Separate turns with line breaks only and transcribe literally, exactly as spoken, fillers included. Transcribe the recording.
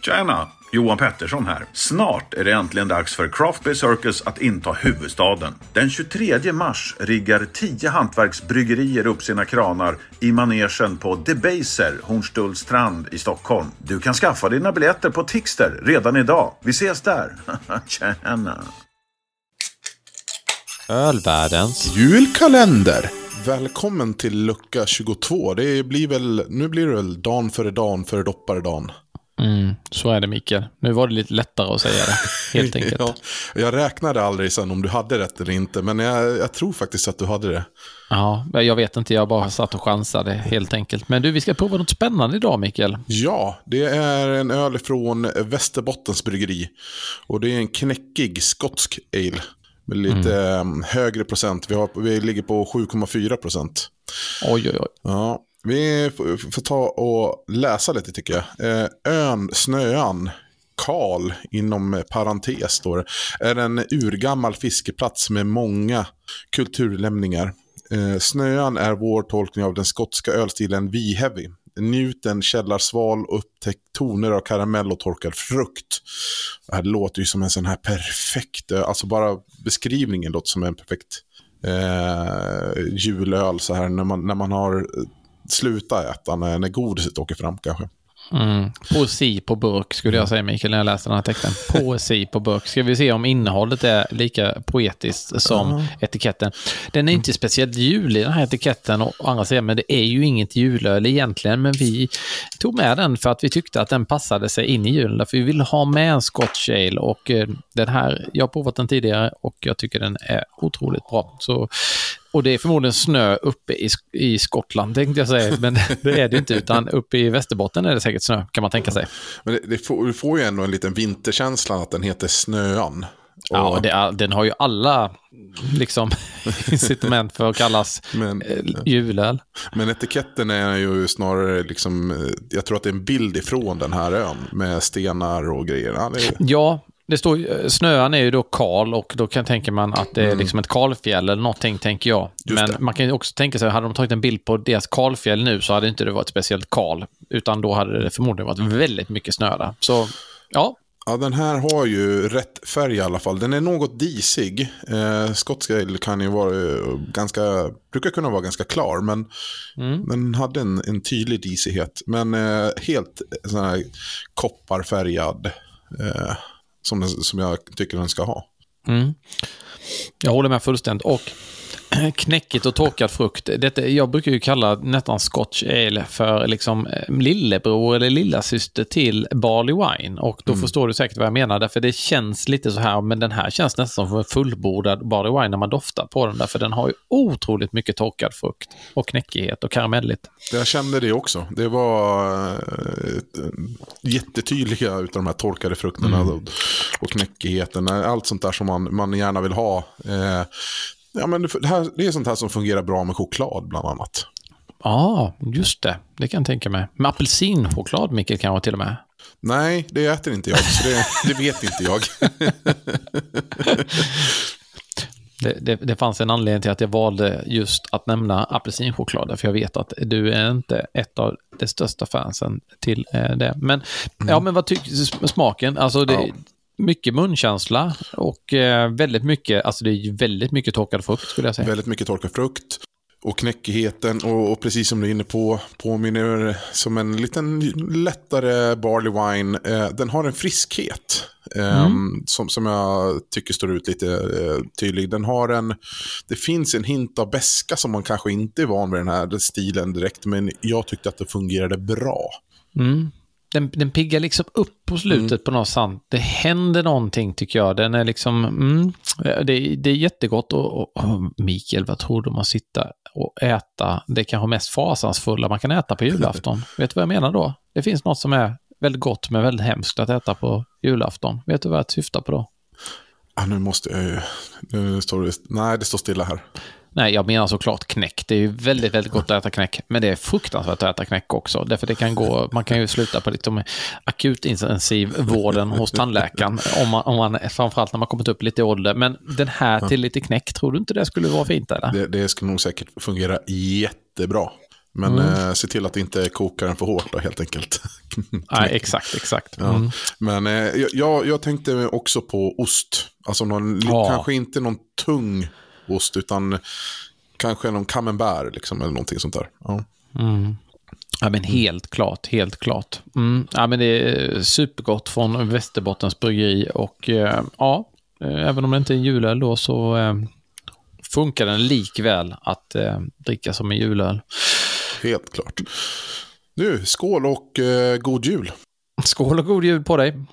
Tjena, Johan Pettersson här. Snart är det äntligen dags för Craft Beer Circus att inta huvudstaden. Den tjugotredje mars riggar tio hantverksbryggerier upp sina kranar i manegen på Debaser, Hornstullstrand i Stockholm. Du kan skaffa dina biljetter på Tixter redan idag. Vi ses där. Tjena.
Ölvärldens
julkalender. Välkommen till lucka tjugotvå. Det blir väl, nu blir det väl dan före dan före dopparedan.
Mm, så är det, Mikael. Nu var det lite lättare att säga det, helt enkelt.
Ja, jag räknade aldrig sen om du hade rätt eller inte, men jag, jag tror faktiskt att du hade det.
Ja, jag vet inte, jag bara satt och chansade helt enkelt. Men du, vi ska prova något spännande idag, Mikael.
Ja, det är en öl från Västerbottens bryggeri. Och det är en knäckig skotsk ale med lite mm. högre procent. Vi, har, vi ligger på sju komma fyra procent.
Oj, oj, oj.
Ja, vi får, får ta och läsa lite tycker jag. Eh, ön Snöan, Karl inom parentes står det, är en urgammal fiskeplats med många kulturlämningar. Eh, Snöan är vår tolkning av den skotska ölstilen V-heavy. Njut en källarsval och upptäck toner av karamell och torkad frukt. Det här låter ju som en sån här perfekt, alltså bara beskrivningen låter som en perfekt eh, julöl så här när man, när man har slutat äta, när, när godiset åker fram kanske.
Mm. Poesi på burk skulle jag säga, Mikael, när jag läste den här texten. Poesi på burk. Ska vi se om innehållet är lika poetiskt som uh. etiketten. Den är inte speciellt julig, den här etiketten, och andra säger, men det är ju inget julöl egentligen, men vi tog med den för att vi tyckte att den passade sig in i julen, för vi vill ha med en Scotch Ale, och eh, den här, jag har provat den tidigare och jag tycker den är otroligt bra. Så och det är förmodligen snö uppe i, i Skottland, tänkte jag säga. Men det är det inte, utan uppe i Västerbotten är det säkert snö, kan man tänka sig.
Men det, det får, du får ju ändå en liten vinterkänsla att den heter Snöan. Och...
Ja, det är, den har ju alla liksom incitament för att kallas men, eh, julöl.
Men etiketten är ju snarare liksom, jag tror att det är en bild ifrån den här ön med stenar och grejer. Ja, det är...
ja. Det står, Snöan är ju då Karl, och då kan tänka man att det är mm. liksom ett kalfjäll eller någonting, tänker jag. Just Men det. Man kan ju också tänka sig, hade de tagit en bild på deras kalfjäll nu, så hade inte det varit speciellt kal, utan då hade det förmodligen varit väldigt mycket snö där. Så, ja.
Ja, den här har ju rätt färg i alla fall. Den är något disig. Eh, skotska ale kan ju vara ganska, brukar kunna vara ganska klar, men mm. den hade en, en tydlig disighet. Men eh, helt sån här kopparfärgad eh, Som, som jag tycker den ska ha.
Mm. Jag håller med fullständigt. Och knäckigt och torkad frukt. Detta, jag brukar ju kalla nästan Scotch Ale för liksom lillebror eller lilla syster till barley wine. Och då mm. förstår du säkert vad jag menar. Därför det känns lite så här, men den här känns nästan som en fullbordad barley wine när man doftar på den. Därför den har ju otroligt mycket torkad frukt och knäckighet och karamelligt.
Jag kände det också. Det var äh, jättetydliga utav de här torkade frukterna mm. och, och knäckigheten. Allt sånt där som man, man gärna vill ha. Eh, Ja, men det, här, det är sånt här som fungerar bra med choklad bland annat.
Ja, ah, just det. Det kan jag tänka mig. Med apelsinchoklad, Mikael, kan jag till och med.
Nej, det äter inte jag, så det, det vet inte jag.
det, det, det fanns en anledning till att jag valde just att nämna apelsinchoklad, för jag vet att du är inte ett av de största fansen till eh, det. Men, mm. ja, men vad tycker du smaken? Alltså det... Ja. Mycket munkänsla och eh, väldigt mycket, alltså det är väldigt mycket torkad frukt skulle jag säga.
Väldigt mycket torkad frukt och knäckigheten och, och precis som du är inne på, påminner som en liten lättare barley wine. Eh, den har en friskhet eh, mm. som, som jag tycker står ut lite eh, tydlig. Den har en, det finns en hint av beska som man kanske inte är van med den här stilen direkt, men jag tyckte att det fungerade bra. Mm.
Den, den piggar liksom upp på slutet mm. på något sant. Det händer någonting tycker jag. Den är liksom, mm, det, det är jättegott. Och, och, och Mikael, vad tror du om att sitta och äta det kanske mest fasansfulla man kan äta på julafton? Vet du vad jag menar då? Det finns något som är väldigt gott men väldigt hemskt att äta på julafton. Vet du vad jag syftar på då?
Ah, nu måste jag ju... Nu står det, nej, det står stilla här.
Nej, jag menar såklart knäck. Det är ju väldigt, väldigt gott att äta knäck. Men det är fruktansvärt att äta knäck också. Därför det kan gå, man kan ju sluta på lite akutintensiv vården hos tandläkaren. Om man, om man, framförallt när man kommit upp lite i ålder. Men den här till lite knäck, tror du inte det skulle vara fint eller?
Det, det skulle nog säkert fungera jättebra. Men
Mm.
eh, se till att inte koka den för hårt då, helt enkelt.
Nej, exakt, exakt.
Ja.
Mm.
Men eh, jag, jag tänkte också på ost. Alltså någon,
Ja.
kanske inte någon tung ost, utan kanske någon camembert liksom, eller någonting sånt där. Ja.
Mm. Ja, men helt klart, helt klart. Mm. Ja, men det är supergott från Västerbottens bryggeri och eh, ja, eh, även om det inte är julöl då så eh, funkar den likväl att eh, dricka som en julöl.
Helt klart. Nu, skål och eh, god jul.
Skål och god jul på dig.